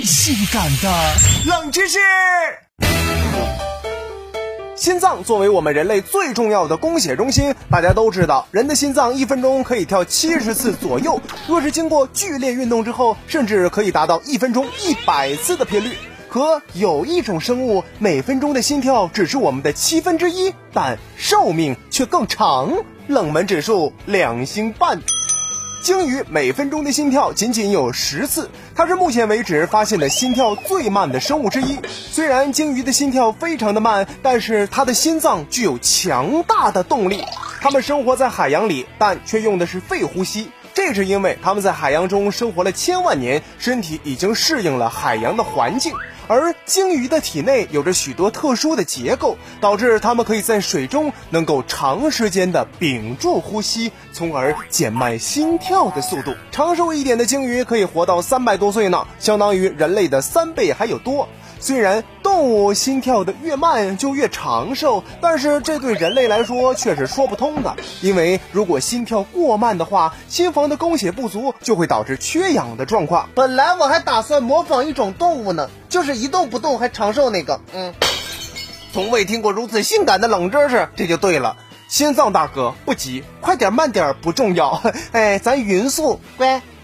性感的冷知识。心脏作为我们人类最重要的供血中心，大家都知道，人的心脏1分钟可以跳70次左右，若是经过剧烈运动之后，甚至可以达到1分钟100次的频率。可有一种生物，每分钟的心跳只是我们的1/7，但寿命却更长，冷门指数2星半。鲸鱼每分钟的心跳仅仅有10次，它是目前为止发现的心跳最慢的生物之一。虽然鲸鱼的心跳非常的慢，但是它的心脏具有强大的动力。它们生活在海洋里，但却用的是肺呼吸，这是因为它们在海洋中生活了千万年，身体已经适应了海洋的环境。而鲸鱼的体内有着许多特殊的结构，导致它们可以在水中能够长时间的屏住呼吸，从而减慢心跳的速度。长寿一点的鲸鱼可以活到300多岁呢，相当于人类的3倍还有多。虽然动物心跳的越慢就越长寿，但是这对人类来说却是说不通的，因为如果心跳过慢的话，心房的供血不足就会导致缺氧的状况。 本来我还打算模仿一种动物呢，就是一动不动还长寿那个。 从未听过如此性感的冷知识，这就对了。心脏大哥不急，快点慢点不重要，咱匀速， 乖。